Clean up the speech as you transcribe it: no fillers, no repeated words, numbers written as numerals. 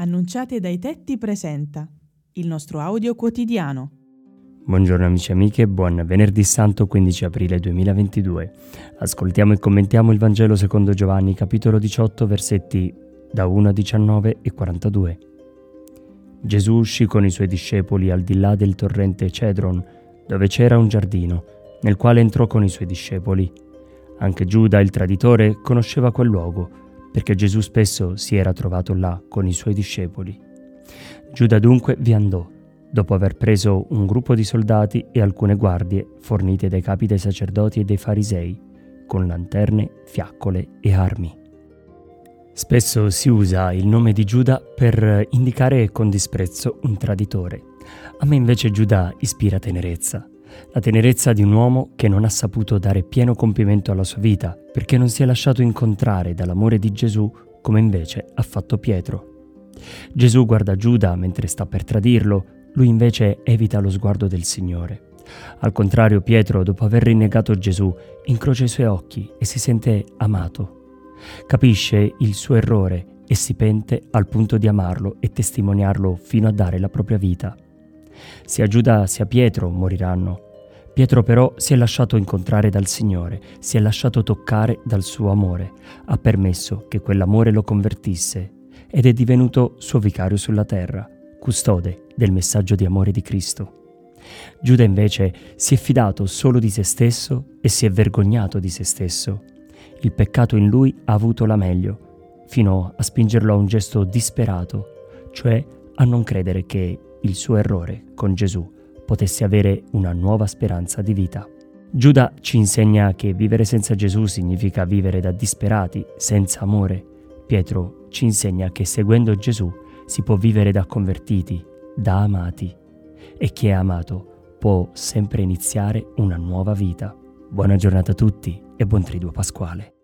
Annunciate dai tetti presenta il nostro audio quotidiano. Buongiorno amici e amiche, buon venerdì santo 15 aprile 2022. Ascoltiamo e commentiamo il Vangelo secondo Giovanni, capitolo 18, versetti da 1 a 19 e 42. Gesù uscì con i suoi discepoli al di là del torrente Cedron, dove c'era un giardino, nel quale entrò con i suoi discepoli. Anche Giuda, il traditore, conosceva quel luogo, perché Gesù spesso si era trovato là con i suoi discepoli. Giuda dunque vi andò, dopo aver preso un gruppo di soldati e alcune guardie fornite dai capi dei sacerdoti e dei farisei, con lanterne, fiaccole e armi. Spesso si usa il nome di Giuda per indicare con disprezzo un traditore. A me invece Giuda ispira tenerezza. La tenerezza di un uomo che non ha saputo dare pieno compimento alla sua vita, perché non si è lasciato incontrare dall'amore di Gesù come invece ha fatto Pietro. Gesù guarda Giuda mentre sta per tradirlo, lui invece evita lo sguardo del Signore. Al contrario, Pietro, dopo aver rinnegato Gesù, incrocia i suoi occhi e si sente amato. Capisce il suo errore e si pente al punto di amarlo e testimoniarlo fino a dare la propria vita. Sia Giuda sia Pietro moriranno. Pietro però si è lasciato incontrare dal Signore, si è lasciato toccare dal suo amore, ha permesso che quell'amore lo convertisse ed è divenuto suo vicario sulla terra, custode del messaggio di amore di Cristo. Giuda invece si è fidato solo di se stesso e si è vergognato di se stesso. Il peccato in lui ha avuto la meglio, fino a spingerlo a un gesto disperato, cioè a non credere che il suo errore con Gesù potesse avere una nuova speranza di vita. Giuda ci insegna che vivere senza Gesù significa vivere da disperati, senza amore. Pietro ci insegna che seguendo Gesù si può vivere da convertiti, da amati, e chi è amato può sempre iniziare una nuova vita. Buona giornata a tutti e buon Triduo Pasquale.